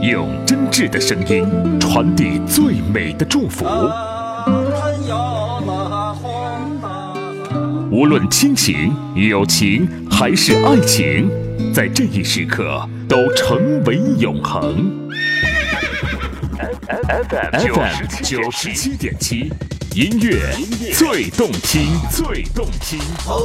用真挚的声音传递最美的祝福。无论亲情、友情还是爱情，在这一时刻都成为永恒。FM 97.7，音乐最动听，最动听。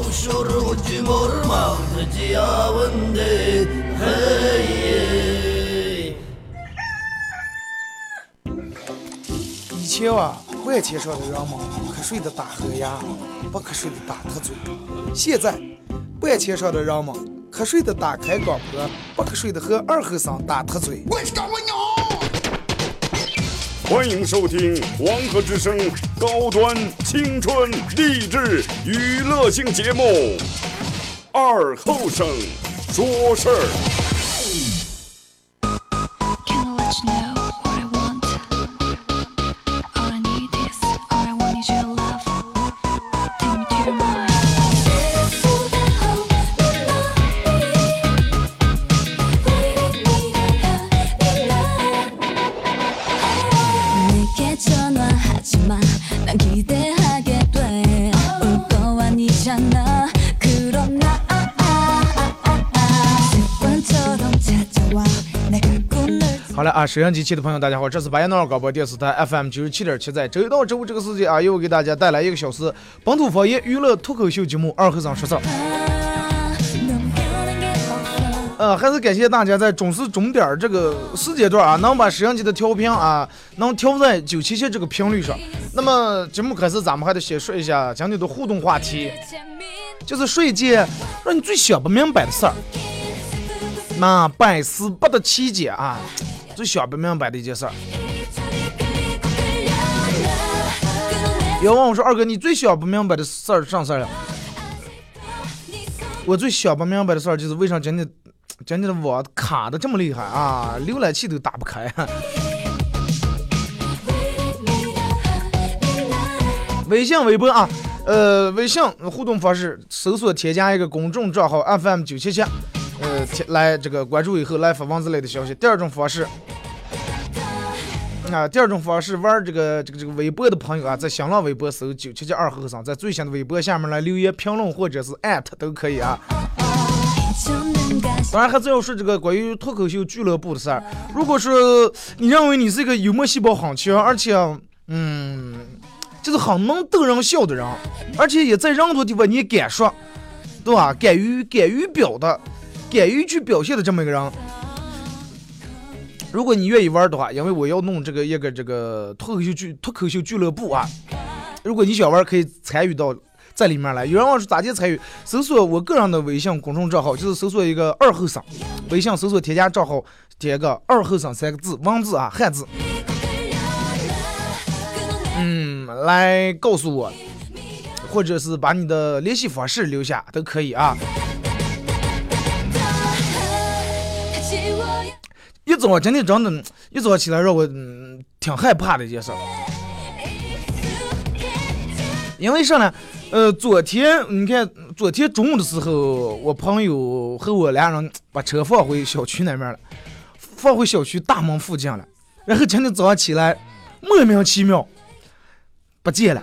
以前啊，万千上的人们瞌睡的打呵牙，不瞌睡的打特嘴。现在，万千上的人们瞌睡的打开广播，不瞌睡的和二和尚打特嘴。 欢迎收听黄河之声高端青春励志娱乐性节目《二后生说事儿》。 好了啊，收音机前的朋友，大家好，这是巴彦淖尔广播电视台 FM 97.7，在周一到周五这个时间啊，又给大家带来1个小时本土方言娱乐脱口秀节目《二和尚说事儿》。还是感谢大家在准时准点这个时间段啊，能把收音机的调频啊，能调在977这个频率上。那么节目开始，咱们还得先说一下今天的互动话题，就是说一件让你最想不明白的事儿。那百思不得其解啊，最想不明白的一件事儿。有问我说，二哥，你最想不明白的事儿上事儿了？我最想不明白的事儿就是为啥今天的网卡的这么厉害啊，浏览器都打不开。微信、微博啊，微信互动方式，搜索添加一个公众账号 FM977。来这个关注以后来发文字类的消息。第二种方式玩这个微博的朋友啊，在新浪微博搜977二和尚，在最新的微博下面来留言评论或者是@都可以啊。当然还是要说这个关于脱口秀俱乐部的事儿。如果说你认为你是一个幽默细胞很强，而且就是很能逗人笑的人，而且也在任何地方你也敢说，对吧？敢于表达。敢于去表现的这么一个人，如果你愿意玩的话，因为我要弄一个脱口秀俱乐部啊，如果你想玩，可以参与到在里面来。有人问说咋地参与？搜索我个人的微信公众账号，就是搜索一个二后生，微信搜索添加账号，添个二后生3个字，文字啊，汉字。来告诉我，或者是把你的联系方式留下都可以啊。今天真的，一早起来让我挺害怕的一件事，因为啥呢？昨天中午的时候，我朋友和我俩人把车放回小区那边了，放回小区大门附近了。然后今天早上起来，莫名其妙不见了。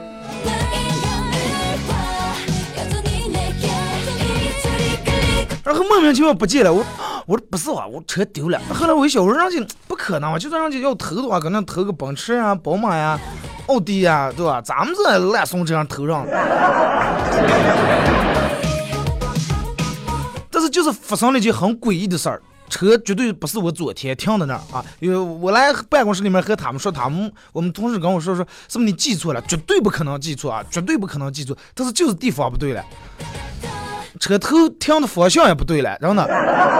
然后莫名其妙不见了，我说不是啊，我车丢了。后来我一想，我说人家不可能啊，就算人家要偷的话，可能偷个奔驰啊、宝马呀、奥迪呀，对吧？咱们这烂怂这样偷上。但是就是发生了一件很诡异的事儿，车绝对不是我昨天停的那儿啊，因为我来办公室里面和他们说，我们同事跟我说，是不是你记错了？绝对不可能记错啊，绝对不可能记错，但是就是地方不对了。车头停的方向也不对了，然后呢，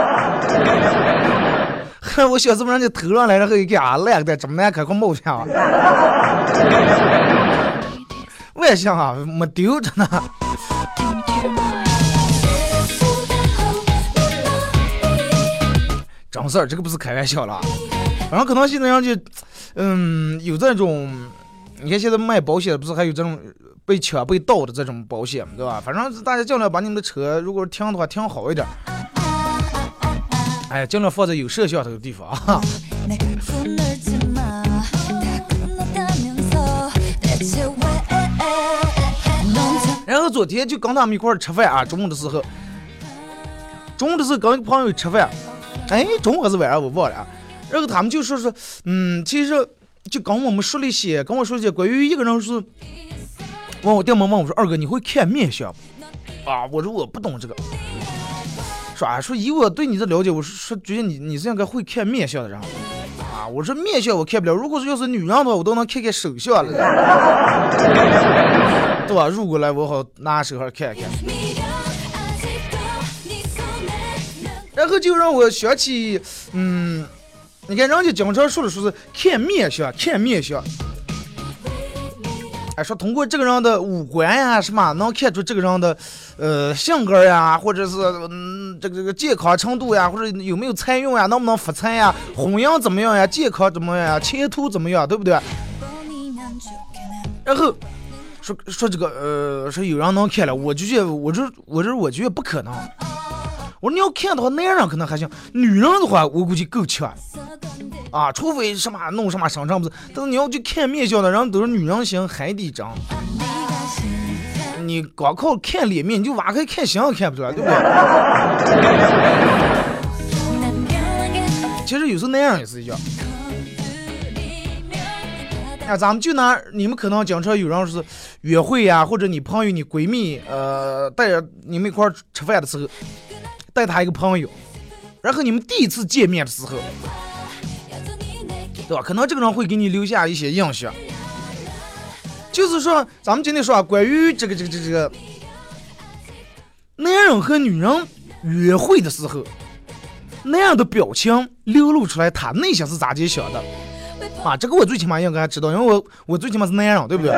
我想是不是人家偷上来，然后一看啊，烂的这么难看，快冒下啊！外向啊，没丢着呢。真事儿，这个不是开玩笑了。反正可能现在人就，有这种，你看现在卖保险不是还有这种被抢被盗的这种保险，对吧？反正大家尽量把你们的车如果停的话停好一点，哎，尽量放在有摄像头的地方啊。 然后昨天就跟他们一块儿吃饭啊，中午的时候跟一个朋友吃饭，哎，中午还是晚上我忘了啊。然后他们就说，其实就跟我们说了一些，关于一个人是，我问我说，二哥你会看面相啊？我说我不懂这个，说以我对你的了解，我说觉得你是应该会看面相的人啊。我说面相我看不了，如果是要是女人的话，我都能看看手相了，对吧？入过来我好拿手号看看。然后就让我想起，你看人家经常说的是看面相，哎，说通过这个人的五官呀，什么能看出这个人的性格呀，或者是这个健康程度呀，或者有没有财运呀，能不能发财呀，婚姻怎么样呀，健康怎么样呀，前途怎么样，对不对？然后说这个说有人能看了，我觉得不可能。我说你要看的话，男人可能还行，女人的话我估计够呛啊，除非什么弄什么上不是，但是你要去看面相的人都是女人型海底针，你光靠看脸面，你就挖开看形也看不出来，对不对？其实有时候男人也是一样。啊，咱们就拿你们可能经常有人是约会呀，或者你朋友、你闺蜜，带着你们一块吃饭的时候，带他一个朋友，然后你们第一次见面的时候，对吧？可能这个人会给你留下一些印象。就是说，咱们今天说啊，关于这个男人和女人约会的时候，那样的表情流露出来，他内心是咋地想的。啊，这个我最起码应该知道，因为我最起码是男人，对不对？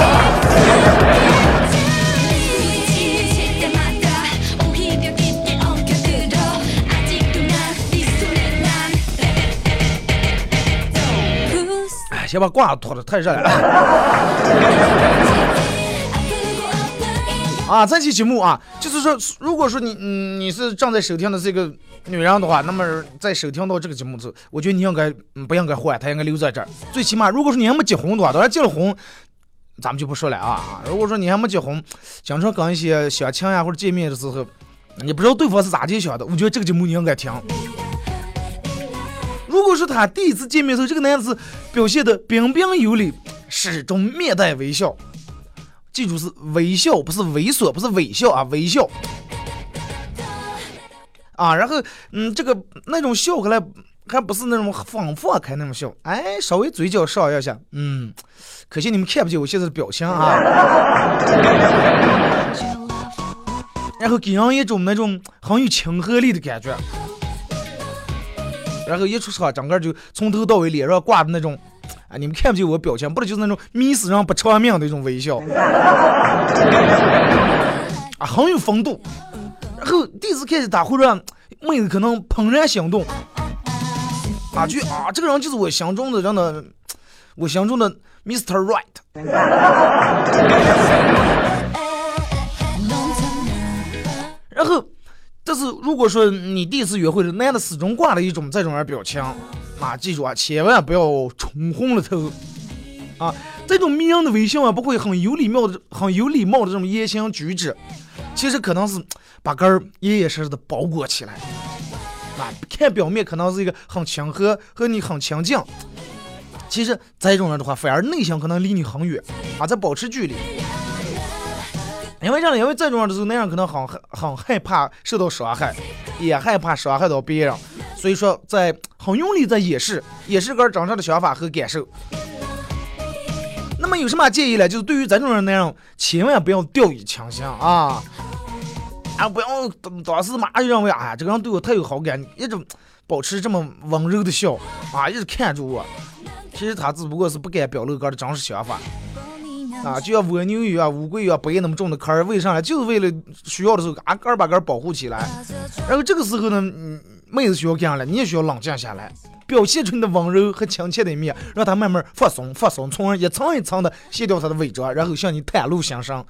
哎，先把褂子脱了，太热了。啊，这期节目啊，就是说，如果说你是正在收听的这个女人的话，那么在收听到这个节目之后，我觉得你应该不应该换，她应该留在这儿。最起码，如果说你还没结婚的话，当然结了婚，咱们就不说了啊。如果说你还没结婚，经常跟一些相亲呀或者见面的时候，你不知道对方是咋地想的，我觉得这个节目你应该听。如果说他第一次见面的时候，这个男子表现的彬彬有礼，始终面带微笑。记住是微笑，不是猥琐，不是微笑啊，微笑啊。然后这个那种笑回来还不是那种放开那种笑，哎，稍微嘴角上一下，可惜你们看不见我现在的表情啊。然后给人一种那种很有亲和力的感觉，然后一出场整个就从头到尾脸上挂的那种。啊，你们看不见我表情，不是就是那种迷死人不偿命的一种微笑，啊，很有风度。然后第一次开始他会让妹子可能怦然心动，啊，就啊，这个人就是我心中的Mr. Right。然后，这是如果说你第一次约会的男的始终挂了一种这种表情。啊，记住啊，千万不要冲红了头啊！这种迷人的微笑啊，不会很有礼貌的这种言行举止，其实可能是把根儿严严实实的包裹起来。啊，看表面可能是一个很亲和，和你很亲近，其实这种人的话，反而内心可能离你很远啊，在保持距离。因为这种人的时候，那样可能很害怕受到伤害，也害怕伤害到别人，所以说在很用力在掩饰个真正的想法和感受。那么有什么建议呢？就是对于这种人那样，千万不要掉以轻心啊！不要当时马上就认为这个人对我太有好感，一直保持这么温柔的笑啊，一直看着我。其实他只不过是不敢表露个的真实想法。啊，就像蜗牛一样，乌龟一样，背那么重的壳儿，为啥呢？就是为了需要的时候杆把杆保护起来。然后这个时候呢，妹子需要干了，你也需要冷静下来，表现出你的温柔和亲切的一面，让他慢慢放松，从而一层一层的卸掉他的伪装，然后向你袒露心声。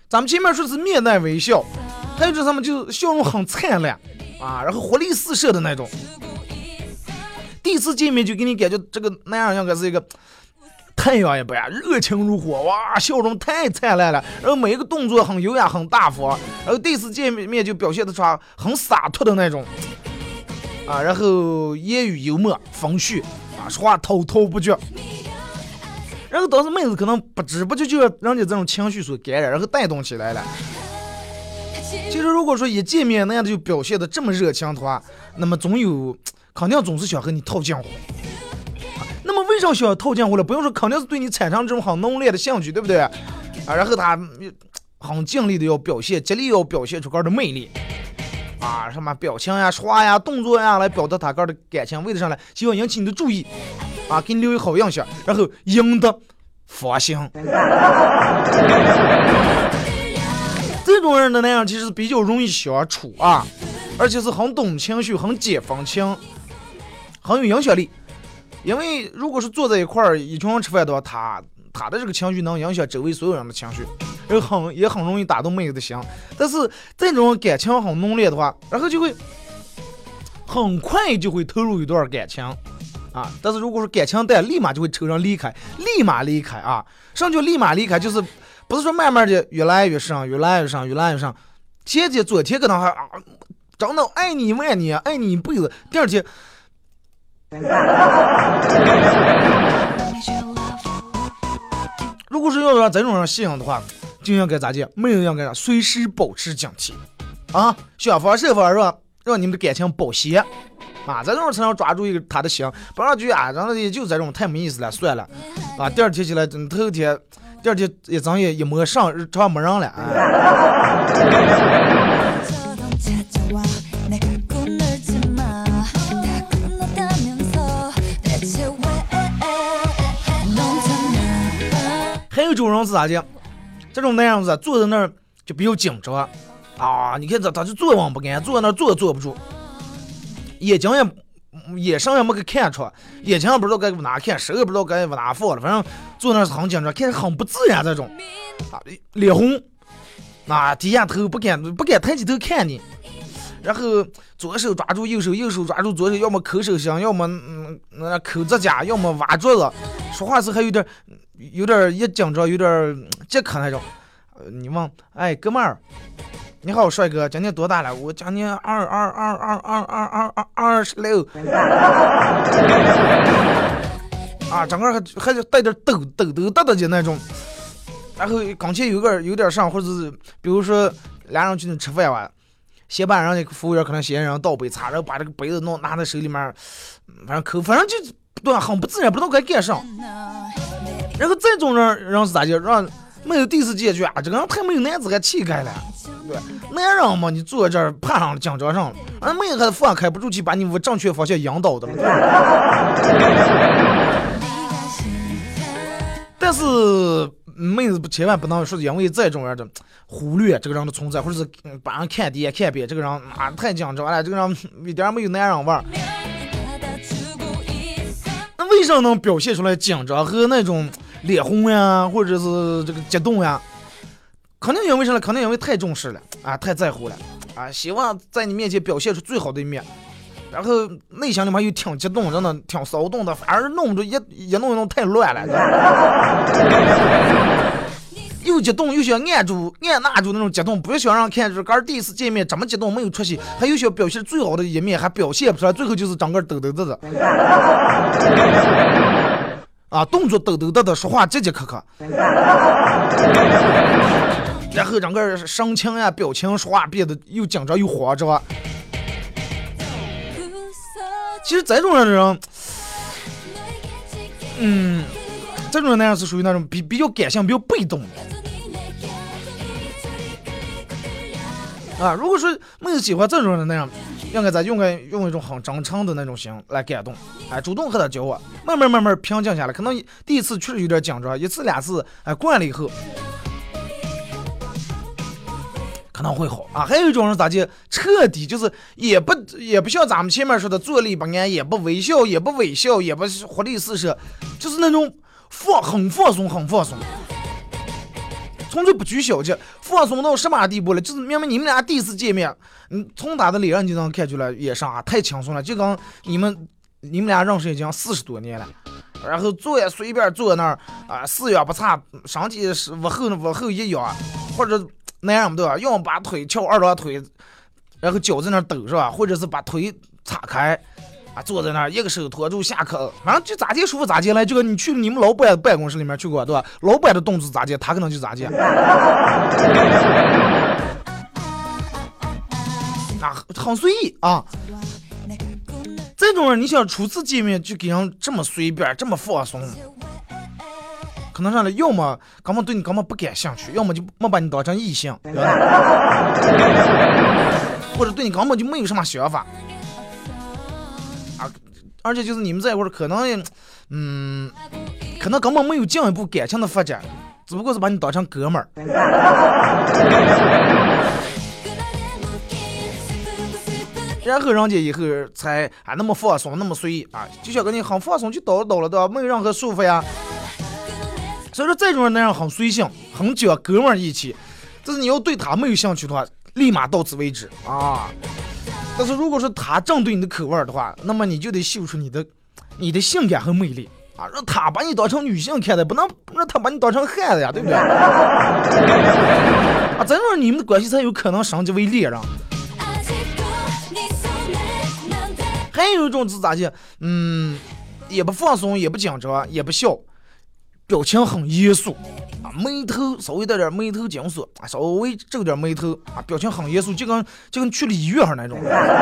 咱们前面说是面带微笑，还有这他们就笑容很灿烂啊，然后活力四射的那种。第一次见面就给你感觉这个男人应该是一个太阳一般热情如火，哇，笑容太灿烂了，然后每一个动作很优雅很大方，然后第一次见面就表现得出来很洒脱的那种啊，然后言语幽默风趣啊，说话滔滔不绝，然后当时妹子可能不知不觉就让你这种情绪所感染，然后带动起来了。其实如果说一见面那样的就表现的这么热情的话，那么肯定总是想和你套近乎。那么为啥想要套近乎了？不用说，肯定是对你产生这种很浓烈的兴趣，对不对？啊，然后他很尽力的要表现，极力要表现出个的魅力，啊，什么表情呀、说话呀、动作呀，来表达他个的感情，为了上来希望引起你的注意，啊，给你留有好印象，然后赢得芳心。这种人的那样其实比较容易相处啊，而且是很懂情绪、很解风情、很有影响力。因为如果是坐在一块儿一群人吃饭的话，他的这个情绪能影响周围所有人的情绪，然后也很容易打动妹子的心。但是这种感情很浓烈的话，然后就会很快就会投入一段感情啊。但是如果说感情淡，立马就会抽身离开，立马离开啊！上就立马离开，就是不是说慢慢的越来越上，越来越上，越来越上。前天昨天可能还真的爱你10000年，爱你一辈子，第二天。如果是要让这种人吸引的话，就应该咋介？没有应该随时保持警惕啊，想方设法让你们的感情保鲜啊，这种才能抓住一个他的心，不让就啊，然后就这种太没意思了，算了啊，第二天起来头天，第二天一睁眼一摸上床没人了还有一种人是啥的？这种男样子坐在那儿就比较紧张啊！你看他就坐稳不干，坐在那儿坐不住，眼睛眼上也没给看出，眼睛也不知道该往哪看，手也不知道该往哪放了，反正坐那儿是很紧张，看着很不自然这种啊，脸红啊，低下头不敢抬起头看你，然后左手抓住右手，右手抓住左手，要么抠手心，要么抠指甲，要么挖桌子，说话时还有点一紧张，有点结渴那种。你问，哎，哥们儿，你好，帅哥，今年多大了？我今年26。啊，整个还带点抖的那种。然后刚才有点上，或者是比如说俩人去那吃饭吧。先把人家服务员可能先让倒杯茶，然后把这个杯子拿在手里面，反正就对吧，很不自然，不知道该干啥。然后这种人是咋的？让没有第一次接触啊，这个人太没有男子汉气概了，对吧？男人嘛，你坐这儿怕上了，紧张上了，而妹子还放开不住气，把你往正确方向引导的了。但是妹子千万不能说因为这种人的忽略这个人的存在，或者是把人看低看扁，这个人啊太紧张了，这个人一点没有男人味儿。那为啥能表现出来紧张和那种脸红呀，或者是这个激动呀？肯定因为什么？肯定因为太重视了啊，太在乎了啊，希望在你面前表现出最好的一面。然后内心里面又挺激动，真的挺骚动的，反而弄着一弄太乱了，又激动又想按捺住那种激动，不想让看就是刚第一次见面这么激动没有出息，还又想表现最好的一面，还表现不出来，最后就是整个抖的啊，动作抖的，说话结磕磕，然后整个神情呀、表情、说话变得又紧张又慌张。其实这种人，这种人那样是属于那种比较感性、比较被动的啊。如果说妹子喜欢这种人那样，应该用一种很真诚的那种心来感动，哎，主动和他交往，慢慢平静下来。可能第一次确实有点紧张，一次两次，哎，惯了以后。可能会好啊，还有一种人咋的，彻底就是也不像咱们前面说的坐立不安，也不微笑，也不微笑，也不活力四射，就是那种很放松。从纯粹不拘小节，放松到什么地步了？就是明明你们俩第一次见面，从他的脸上就能看出来，也上啊太轻松了，就跟你们俩认识已经40多年了，然后坐也随便坐那儿啊，四仰不差，身体是往后一仰，或者那样对吧？要么把腿翘二郎腿，然后脚在那儿抖是吧？或者是把腿岔开。坐在那儿，一个手托住下颌，反正就咋接舒服咋接来。这个你去你们老板办公室里面去过对吧？老板的动作咋接，他可能就咋接。很随意啊。这种人你想初次见面就给人这么随便这么放松，可能上来要么根本对你根本不感兴趣，要么就没把你当成异性，或者对你根本就没有什么想法。而且就是你们在一块儿，可能根本没有进一步感情的发展，只不过是把你当成哥们儿。然后人家以后才那么放松，那么随意啊，就想跟你很放松就倒了，对吧？没有任何束缚呀。所以说这种人那样很随性，很讲哥们儿义气。但是你要对他没有兴趣的话，立马到此为止啊。但是如果说他正对你的口味的话，那么你就得秀出你的性感和魅力啊，让他把你当成女性看待，不能让他把你当成汉子呀，对不对？啊，这样你们的关系才有可能升级为恋人。还有一种是咋的？也不放松，也不紧张，也不笑，表情很严肃啊，眉头稍微带点眉头紧锁啊，稍微皱点眉头啊，表情很严肃，就跟去了医院上那种，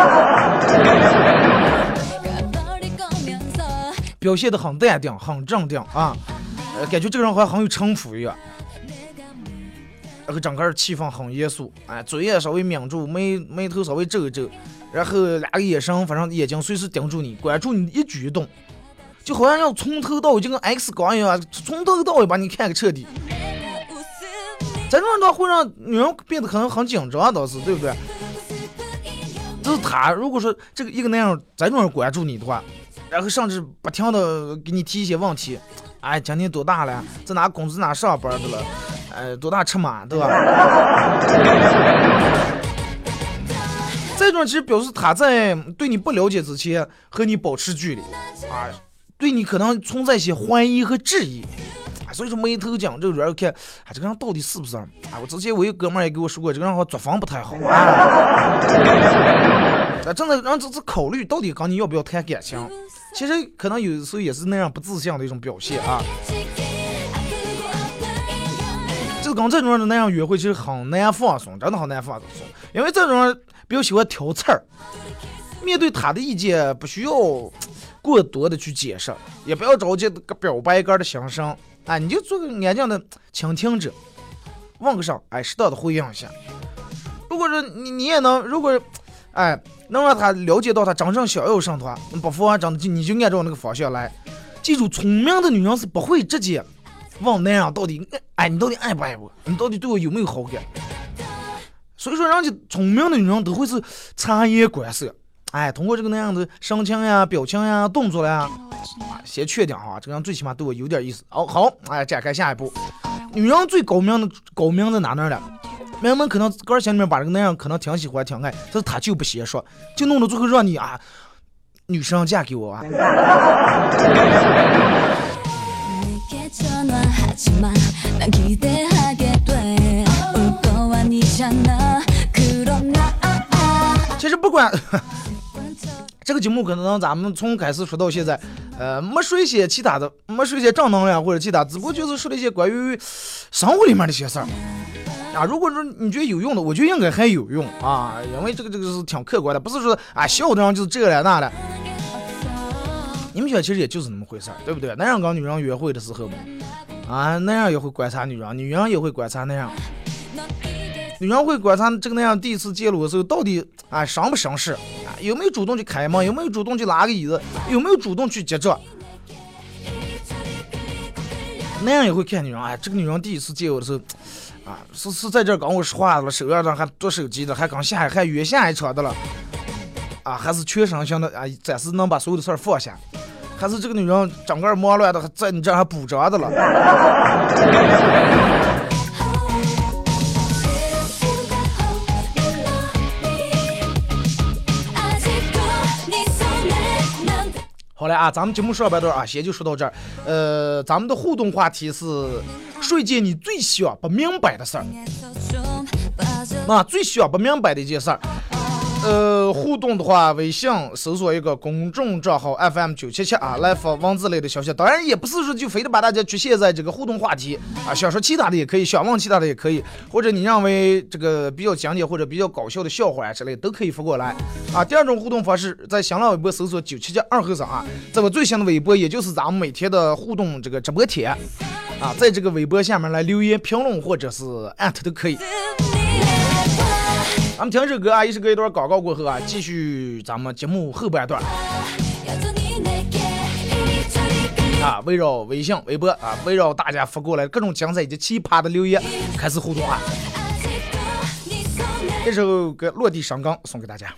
表现得很淡定，很镇定啊，感觉这个人好像很有城府一样。然后整个气氛很严肃，哎，嘴也稍微抿住，眉头稍微皱一皱，然后两个眼神，反正眼睛随时盯住你，关注你一举一动，就好像要从头到尾就跟 X 光一样，从头到尾把你看个彻底。这种人的话会让女人变得可能很紧张，倒是对不对？就是他如果说这个一个那样这种人关注你的话，然后甚至不停的给你提一些问题，哎，今年多大了？在哪工资哪上班的了？多大尺码，对吧？这种其实表示他在对你不了解之前和你保持距离啊，对你可能存在一些怀疑和质疑啊，所以说眉头讲这个人看，啊，这个人到底是不是？啊，我之前我一哥们儿也给我说过，这个人好像作风不太好啊，真的让这考虑到底跟你要不要谈感情，其实可能有时候也是那样不自信的一种表现啊。就跟这种人那样约会，其实很难放松，真的很难放松。因为这种人比较喜欢挑刺儿，面对他的意见不需要过多的去解释，也不要着急表白杆的心声，哎，你就做个安静的倾听者，问个声，哎，适当的回应一下。如果是你也能，如果哎能让他了解到他真正想要什么的话，不妨真的你就按照那个方向来。记住，聪明的女人是不会直接问男人到底，哎，你到底爱不爱我？你到底对我有没有好感？所以说，人家聪明的女人都会是察言观色，哎，通过这个那样的神情呀、表情呀、动作呀，先确定哈，这个人最起码对我有点意思。好，哎，展开下一步。女人最高明的哪了？明明可能个心里面把这个那样可能挺喜欢挺爱，但是他就不先说，就弄到最后让你啊，女生嫁给我啊。其实不管这个节目，可能咱们从开始说到现在，没说一些其他的，没说一些正能量或者其他，只不过就是说了一些关于生活里面的一些事儿啊。如果说你觉得有用的，我觉得应该还有用啊，因为这个是挺客观的，不是说啊笑的人就是这个了那的。你们觉得其实也就是那么回事儿，对不对？男人跟女人约会的时候嘛，啊，男人也会观察女人，女人也会观察男人。女人会观察这个那样第一次揭露的时候，到底啊绅不绅士啊，有没有主动去开门，有没有主动去拉个椅子，有没有主动去接着。那样也会看女人，哎，这个女人第一次接我的时候，啊，是在这儿跟我说话的了，手上还剁手机的，还刚还约下一场的了，啊，还是全身性的啊，暂时能把所有的事儿放下，还是这个女人整个忙乱的，在你这儿还补着的了。 啊，咱们节目上半段啊，先就说到这儿。咱们的互动话题是说一件你最想不明白的事儿，最想不明白的一件事儿。互动的话，微信搜索一个公众账号 FM977啊，来发文字类的消息。当然也不是说就非得把大家局限在这个互动话题啊，想说其他的也可以，想问其他的也可以，或者你认为这个比较讲解或者比较搞笑的笑话啊之类的都可以发过来啊。第二种互动方式，在新浪微博搜索977-2后3啊，这个最新的微博也就是咱们每天的互动这个直播帖啊，在这个微博下面来留言评论或者是艾特都可以。咱们听首歌啊，一首歌一段广告过后啊，继续咱们节目后半段啊，围绕微信、微博啊，围绕大家发过来各种精彩以及奇葩的留言开始互动啊。这首歌落地生根送给大家。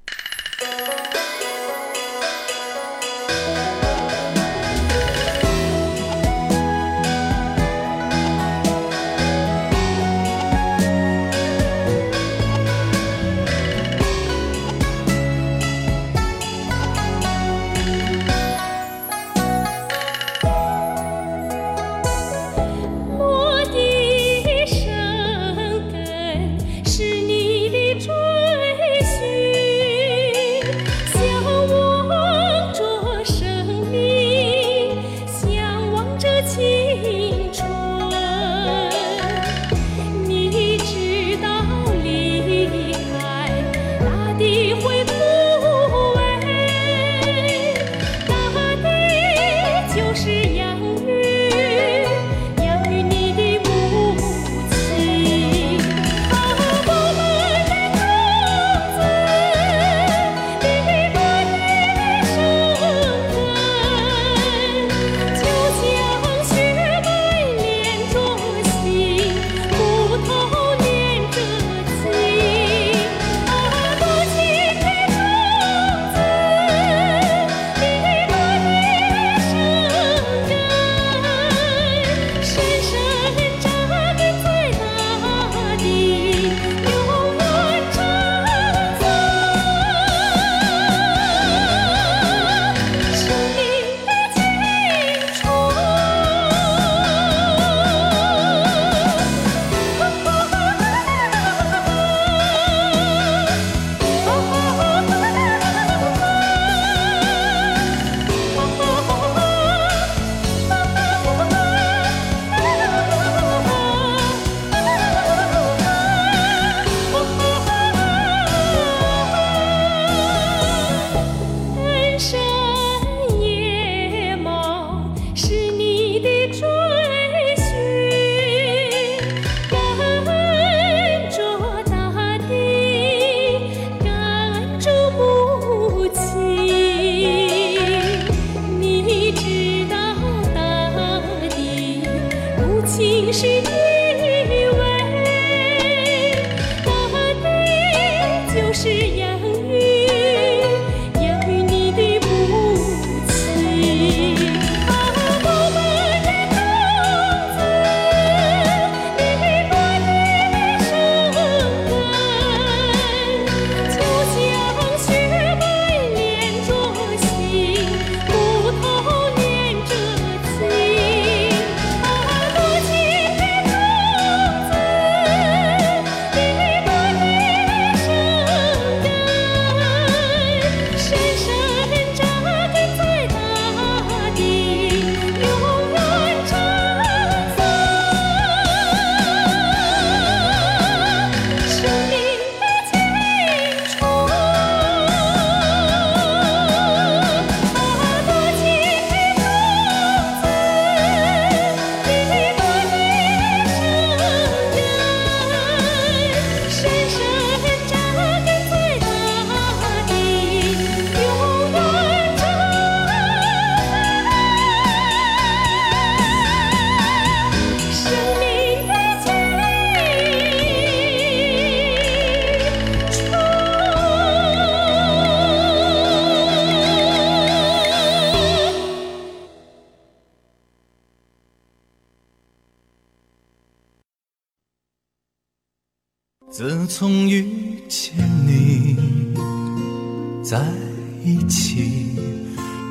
自从遇见你，在一起，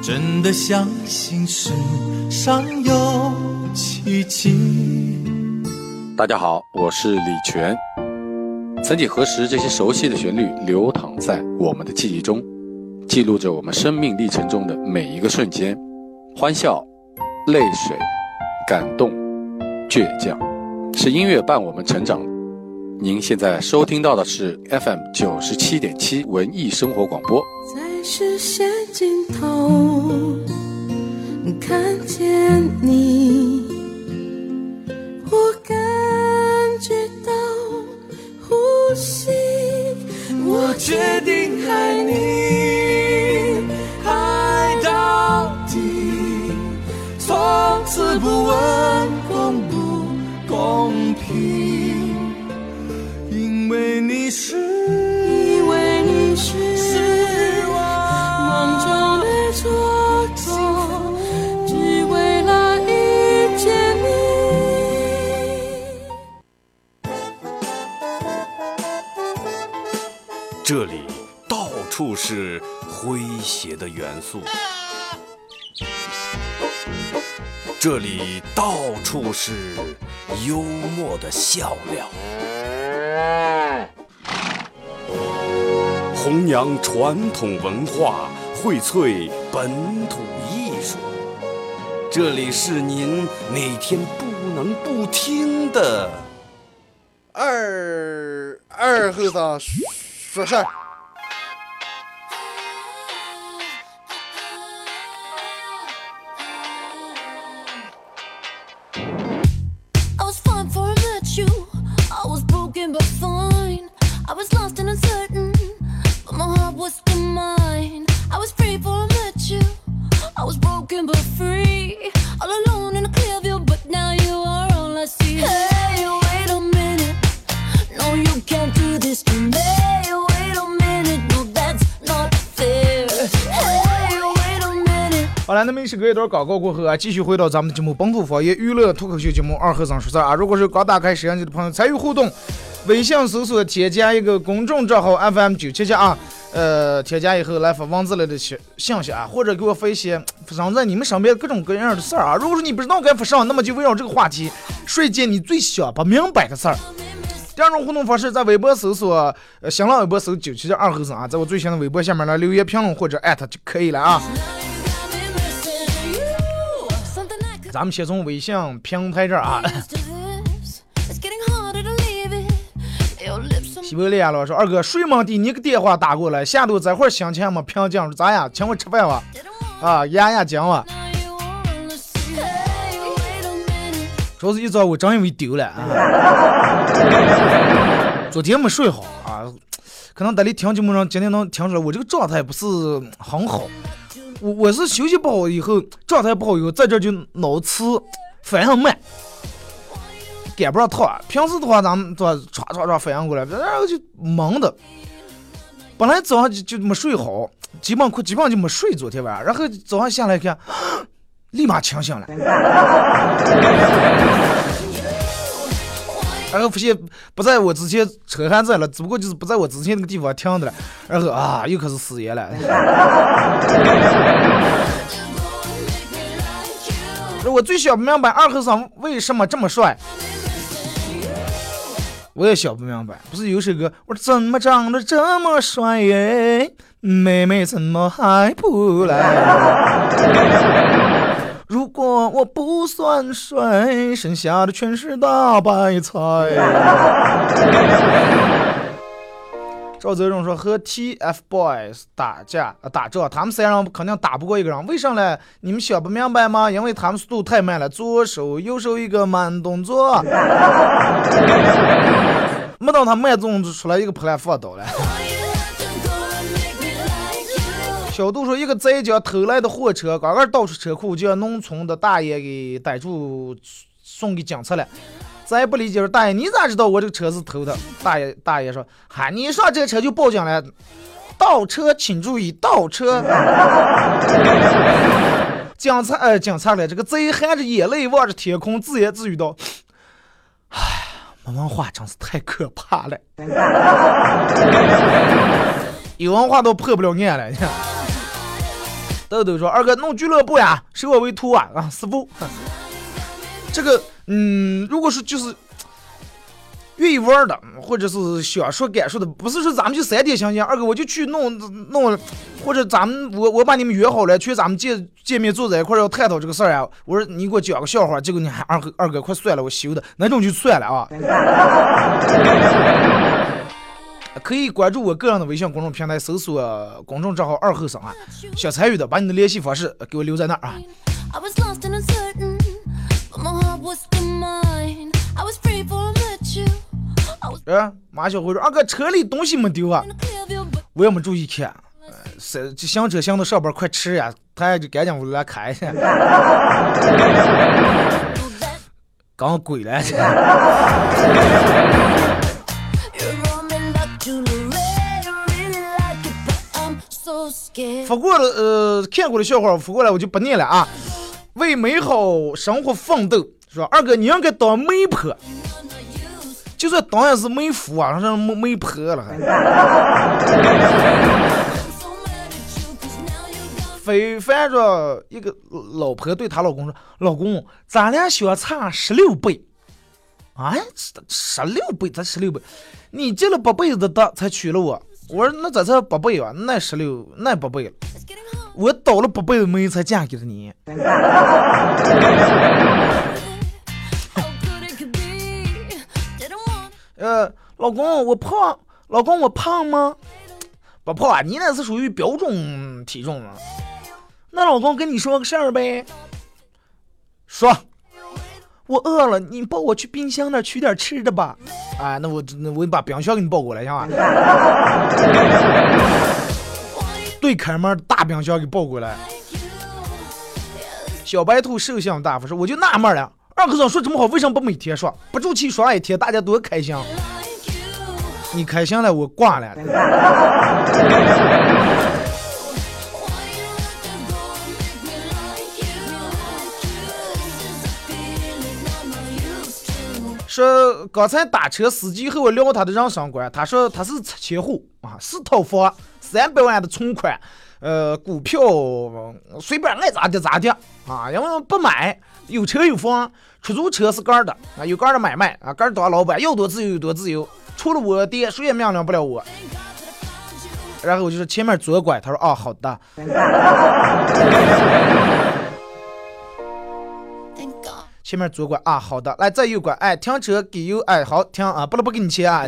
真的相信世上有奇迹。 大家好，我是李全。曾几何时，这些熟悉的旋律流淌在我们的记忆中，记录着我们生命历程中的每一个瞬间，欢笑、泪水、感动、倔强，是音乐伴我们成长的。您现在收听到的是 FM 97.7文艺生活广播。 在视线尽头看见你，我感觉到呼吸， 我决定爱你，爱到底，从此不问公不公平，因为你是梦中的蹉跎，只为了遇见你。 这里到处是诙谐的元素，这里到处是幽默的笑料，弘扬传统文化，荟萃本土艺术。这里是您每天不能不听的二后生说事儿。 I was fine before I met you. I was broken but fine. I was lost and uncertain, but my heart was still mine. I was free before I met you. I was broken but free. All alone in a clear view, but now you are all I see. Hey, wait a minute. No, you can't do this to me. Wait a minute. No, that's not fair. Hey, wait a minute. 好了，那么一时隔一段广告过后啊，继续回到咱们的节目本土方言娱乐脱口秀节目二和尚说事儿啊。如果是刚打开摄像机的朋友，参与互动，微信搜索添加一个公众账号 FM977啊，添加以后来发文字类的信息啊，或者给我发一些发生在你们身边各种各样的事儿啊。如果说你不知道该发上，那么就围绕这个话题，说一件你最想不明白的事儿。第二种互动方式，在微博搜索新浪微博搜977二和尚啊，在我最新的微博下面来留言评论或者艾特就可以了啊。咱们先从微信平台这儿啊。西伯利亚老师，二哥睡梦地你个电话打过来，下头这会儿心情没平静，咋样？请我吃饭吧？啊，压惊了。主要是一早我真以为丢了啊。昨天没睡好啊，可能大家听节目上今天能听出来，我这个状态不是很好。我是休息不好以后，状态不好以后，在这就脑子反应慢。赶不上套啊！平时的话，咱们唰反应过来，然后就忙的。本来早上就没睡好，基本上就没睡昨天晚上，然后早上下来看，立马清醒了。然后发现不在我之前车还在了，只不过就是不在我之前那个地方停的了。然后啊，又开始失业了。我最想不明白二和尚为什么这么帅。我也想不明白，不是有首歌，我怎么长得这么帅耶，妹妹怎么还不来？如果我不算帅，剩下的全是大白菜。赵泽荣说和 TFBOYS 打仗，他们三人肯定打不过一个人，为什么呢？你们想不明白吗？因为他们速度太慢了，左手右手一个慢动作，没等他慢动作出来一个破烂放倒了。小杜说，一个贼将偷来的货车刚刚倒出车库，就让农村的大爷给逮住，送给警察了。咱不理解，说大爷你咋知道我这个车是偷的？大爷说，哈，你上这个车就报警了，倒车请注意倒车。警察了，这个贼含着眼泪望着天空，自言自语道：哎，没文化真是太可怕了。有文化都破不了案了。 豆豆说二哥弄俱乐部呀，收我为徒啊师傅。这个如果是就是愿意玩的，或者是想说感受的，不是说咱们就3天相见，二哥我就去弄，或者咱们我把你们约好了，去咱们见面坐在一块要探讨这个事儿啊。我说你给我讲个笑话，结果你还二哥快算了，我修的那种就算了啊。可以关注我个人的微信公众平台，搜索公众账号二后生啊，想参与的把你的联系方式给我留在那儿啊。马小辉说二哥车里东西没丢啊，我也没注意看，行车行到上班快吃呀，他就赶紧我来看一下，刚鬼了。发过了看过的笑话，发过来我就不念了啊。为美好生活奋斗，说二哥你应该当媒婆，就算当然是媒夫啊，让媒婆了还。非凡着一个老婆对她老公说：“老公，咱俩相差16倍。”啊，16倍，咱16倍，你结了8辈子的单才娶了我。我说那咱才8倍啊，那16那8倍了。我倒了8辈子煤才嫁给了你。老公我胖，老公我胖吗？不胖啊，你那是属于标准体重啊。那老公跟你说个事儿呗。说。我饿了，你抱我去冰箱那儿取点吃的吧。啊，那我把冰箱给你抱过来，行吧？对开门大冰箱给抱过来。小白兔兽性大发说，我就纳闷了，二哥总说这么好，为什么不每天说？不住气爽一天，大家多开心。你开心了，我挂了。说刚才打车司机和我聊他的人生观，他说他是拆迁户啊，4套房，300万的存款，股票随便爱咋地咋地啊，因为不买，有车有房，出租车是干的啊，有干的买卖啊，干当老板，要多自由有多自由，除了我爹谁也命令不了我。然后我就说前面左拐，他说哦好的。前面左拐啊，好的，来再右拐，哎，停车给油，哎，好停啊，不给你钱啊。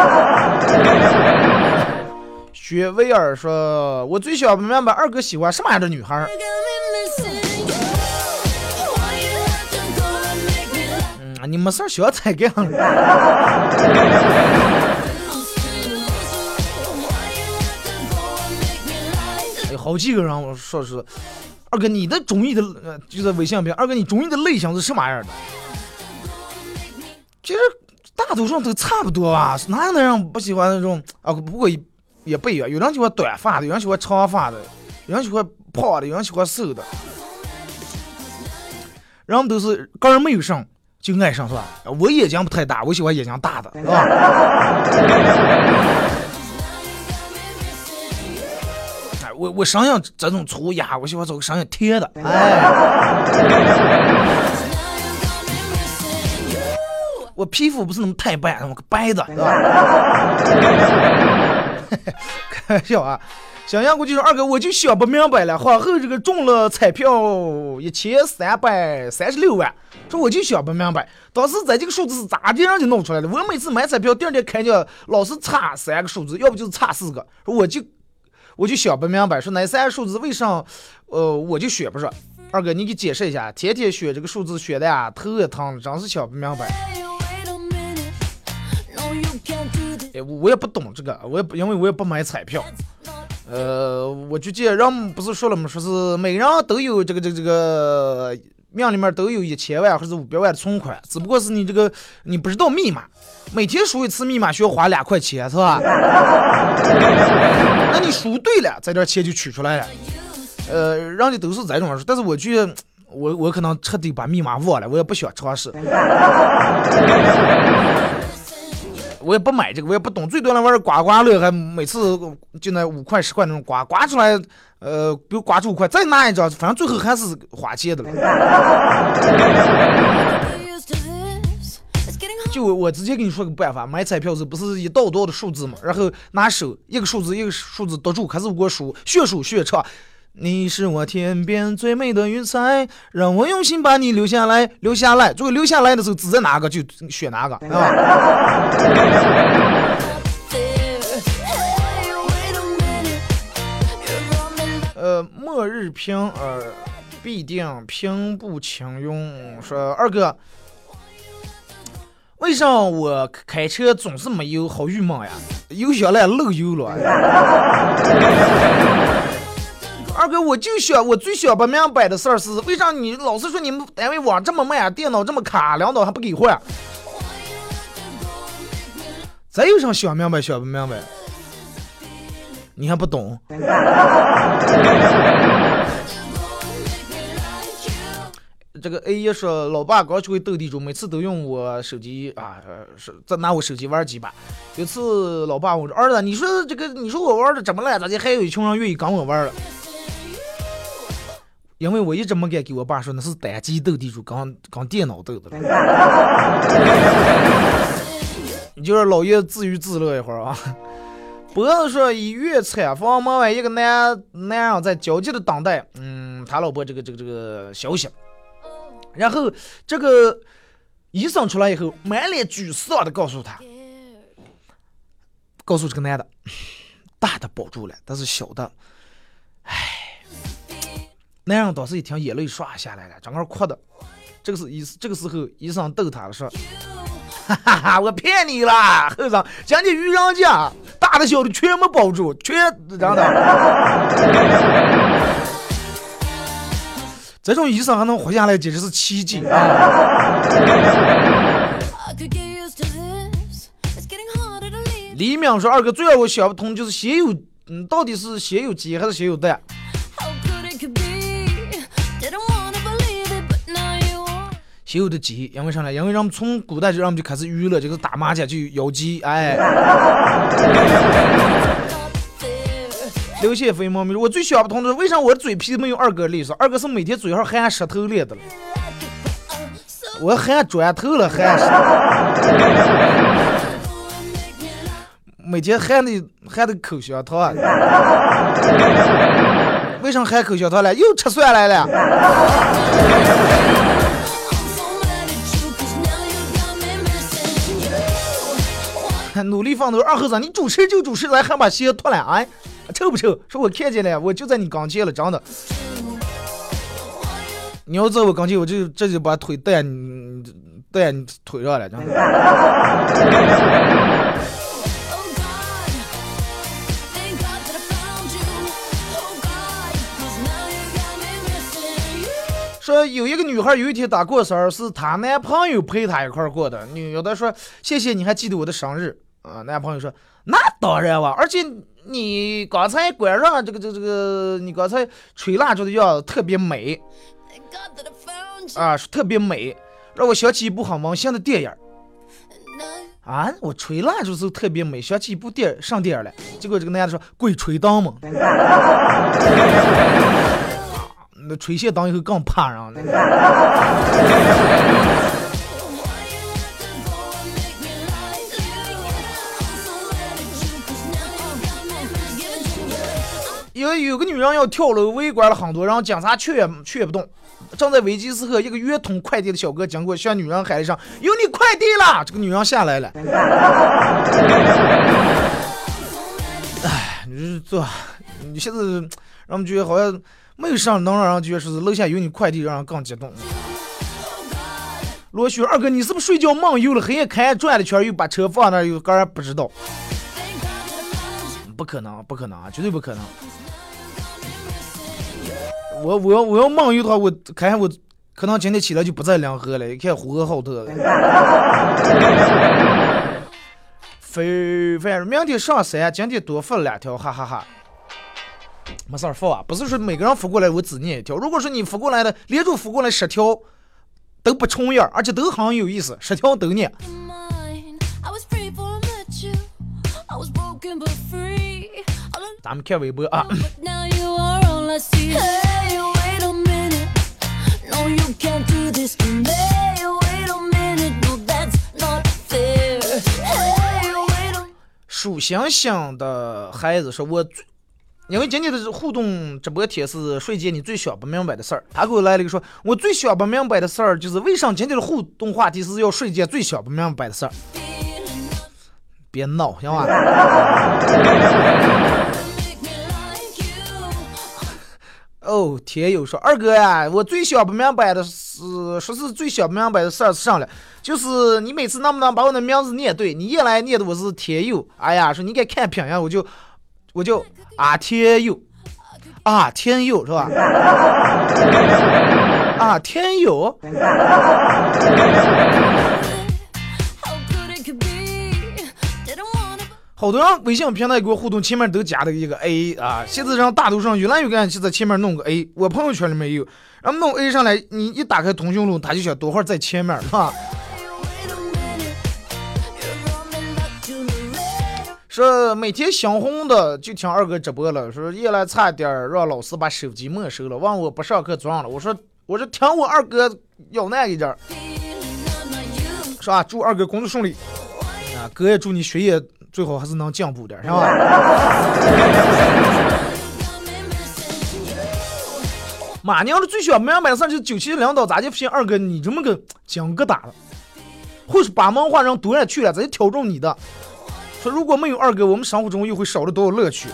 薛威尔说，我最想不明白二哥喜欢什么样的女孩。你没事小踩这样。有好几个人我说是。二哥，你的中意的就在微信边。二哥，你中意的类型是什么样的？其实大多数都差不多吧，哪有的人不喜欢那种啊？不过也不一样，有人喜欢短发的，有人喜欢长发的，有人喜欢胖的，有人喜欢瘦的。人们都是个人没有上就爱上是吧？我眼睛不太大，我喜欢眼睛大的，是吧？我声音这种粗哑，我喜欢找个声音贴的。我皮肤不是那么太白，我个白的，是吧？开玩笑啊！小杨估计说二哥，我就想不明白了，皇后这个中了彩票1336万，说我就想不明白，当时在这个数字是咋地让就弄出来的？我每次买彩票，第二天看见老是差3个数字，要不就是差4个，说我就想不明白，说哪3个数字为啥我就选不上。二哥你给解释一下，天天选这个数字选的呀头也疼，真是想不明白。我也不懂这个，因为我也不买彩票。我就记得人不是说了吗？说是每人都有这个命里面都有1000万或者500万的存款，只不过是你不知道密码，每天输一次密码需要花2块钱，是吧？那你输对了，这点钱就取出来了。人家都是这种说，但是我觉得我可能彻底把密码忘了，我也不想尝试。 我也不买这个，我也不懂，最多那玩意儿刮刮乐，还每次就那5块10块那种刮出来，比如刮出5块，再拿一张，反正最后还是花钱的了。就我直接跟你说个办法，买彩票是不是一道多的数字嘛？然后拿手一个数字一个数字得住，开始我数，越数越唱。你是我天边最美的云彩，让我用心把你留下来，留下来。最后留下来的时候，指着哪个就选哪个，对吧？末日评，必定平步青云。说二哥。为啥我开车总是没有好郁闷呀？油箱来漏油了。二哥，我最想不明白的事儿是，为啥你老是说你们单位网这么慢，电脑这么卡，领导还不给换？咱有啥想明白想不明白？你还不懂？这个 A 也说，老爸刚学会斗地主，每次都用我手机再拿我手机玩几把。有次老爸问我说：“儿子，你说我玩的怎么了？咋的还有一群人愿意跟我玩了？”因为我一直没敢给我爸说那是单机斗地主，跟电脑斗的。你就是老爷自娱自乐一会儿啊。脖子说，一月产房门外一个男人在焦急的等待，他老婆这个消息。然后这个医生出来以后，满脸沮丧的告诉这个男的，大的保住了，但是小的，男人当时一听，眼泪唰下来了，整个哭的。这个时候医生逗他了，说：“哈哈哈，我骗你了，后生，讲你愚人家，大的小的全没保住，全这样的。”这种医生还能活下来，简直是奇迹啊！李淼说：“二哥，最让我想不通就是血有，到底是血有鸡还是血有蛋？”血有的鸡，因为啥呢？因为咱们从古代就让我们就开始娱乐，这个打麻将就咬鸡，刘谢飞猫咪说：“我最想不通的是，为啥我的嘴皮没有二哥利索？二哥是每天嘴上含舌头练的了，我含砖头了，含每天含的口香糖，为啥含口香糖了？又吃蒜来了。”努力放头，二后生，你主持就主持，咱还把鞋脱了啊？臭不臭？说我看见了，我就在你刚前了，真的。你要在我刚前，我就把腿带你腿上了，真的。说有一个女孩有一天打过生日，是她男朋友陪她一块过的。女的说：“谢谢你还记得我的生日。”男朋友说：“那当然了，而且你刚才关上这个，你刚才吹蜡烛的样子特别美啊，特别美，让我想起一部很温馨的电影啊。我吹蜡烛的时候特别美，想起一部上电影了。结果这个男的说：“鬼吹灯嘛。”那吹卸灯以后更怕人。有个女人要跳楼，围观了很多人，警察劝也不动。正在危机时刻，一个约通快递的小哥经过，向女人喊了一声：“有你快递了！”这个女人下来了。哎，你现在让我们觉得好像没有上能让人觉得是楼下有你快递，让人更激动。罗雪二哥，你是不是睡觉梦游了？黑夜开转了圈，又把车放那儿，又个人不知道？不可能啊，绝对不可能。我要梦游的话，我看我可能今天起来就不在两河了，一看呼和浩特。非明天上山，今天多发2条，哈哈哈。没事儿发啊，不是说每个人发过来我只念1条。如果说你发过来的连续发过来10条都不重样，而且都很有意思，10条都念。 broken but free. All alone, 咱们看微博啊， but now you are all I see. Hey, wait a minute. No, you can't do this to me. Wait a minute. No, that's not fair. Hey, wait a minute. 属星星的孩子说，因为今天的互动直播贴是睡姐你最想不明白的事儿，他给我来了一个说，我最想不明白的事儿就是为啥今天的互动话题是要睡姐最想不明白的事儿。别闹行吧？哦，铁友说，二哥呀，我最想不明白的是，说是最想不明白的事儿是上来，就是你每次能不能把我的名字念对？你一来念的我是铁友，哎呀，说你给看拼音，我就啊天佑，啊天佑是吧？啊天佑。好多人微信平台给我互动，前面都加了一个 A 啊，现在让大多数人越来越敢去在前面弄个 A， 我朋友圈里面有，然后弄 A 上来，你一打开通讯录，他就想多会儿在前面，是吧？说每天想红的就听二哥直播了，说夜来差点让老师把手机没收了，问我不上课装了，我说听我二哥要那一阵儿，是吧？祝二哥工作顺利啊，哥也祝你学业最好还是能进步点，是吧？马娘的最想明白的事就是97领导咋就发现二哥你这么个讲个打了，或是把门话让多人去了，咱就挑中你的。说如果没有二哥，我们生活中又会少了多少乐趣？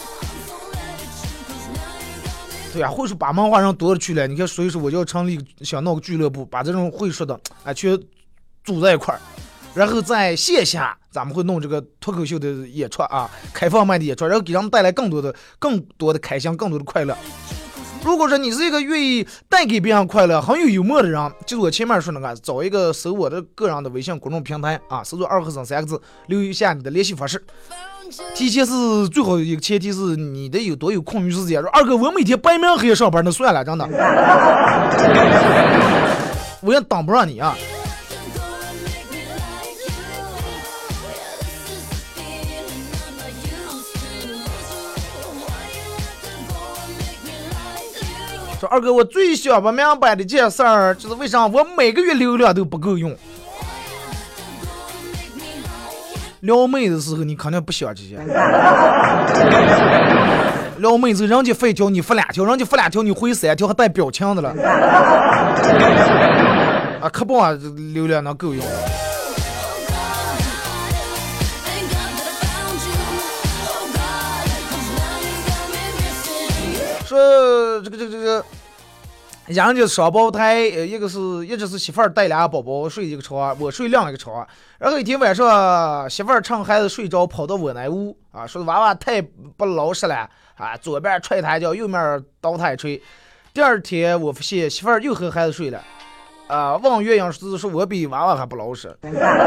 对呀、或是把漫画让多了去了。你看，所以说我就要成立想闹个俱乐部，把这种会说的去组在一块儿，然后在线下咱们会弄这个脱口秀的演出啊，开放麦的演出，然后给他们带来更多的开心，更多的快乐。如果说你是一个愿意带给别人快乐、很有幽默的人，就是我前面说那个，找一个搜我的个人的微信公众平台啊，搜索2和3三个字，留一下你的联系方式。提前是最好一个前提是你的有多有空余时间。说二哥，我每天白天黑夜上班，那算了，真的，我也挡不上你啊。说二哥，我最想不明白的这件事儿，就是为啥我每个月流量都不够用。撩妹的时候你肯定不想这些，撩妹子人家发一条你发2条，人家发2条你回3条还带表情的了，啊，可不啊，流量能够用。说这个，人家双胞胎，一直是媳妇儿带俩宝宝睡一个床，我睡另一个床。然后一天晚上，媳妇儿趁孩子睡着跑到我那屋啊，说娃娃太不老实了啊，左边踹他一脚，右面倒他一锤。第二天我发现媳妇儿又和孩子睡了，啊，问原因是说我比娃娃还不老实。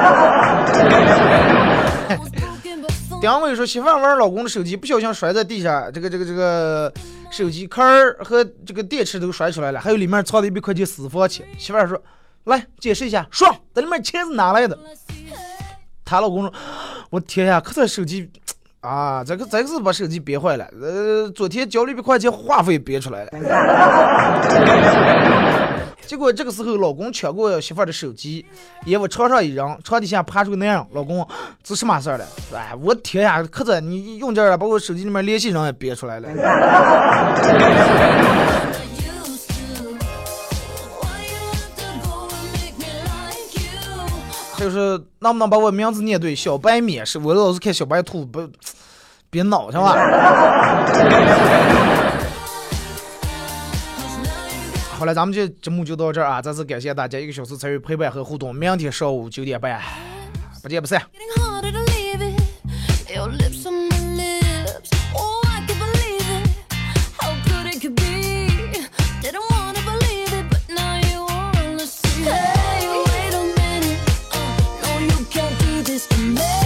单位说媳妇儿玩老公的手机，不小心摔在地下，这个手机壳和这个电池都摔出来了，还有里面藏了100块钱私房钱。媳妇儿说：“来解释一下，说在里面钱是哪来的？”她老公说：“我天呀，可这手机啊，这个是把手机憋坏了。昨天交了100块钱话费憋出来了。”结果这个时候，老公抢过媳妇儿的手机，也往床上一扔，床底下爬出个男人。老公，这什么事儿了？哎，我天呀，可这你用这儿把我手机里面联系人也憋出来了。就是能不能把我名字念对？小白面是我老是看小白兔，不别闹是吧？好了，咱们这节目就到这儿啊！再次感谢大家1个小时参与陪伴和互动，明天上午9点半，不见不散。This to me.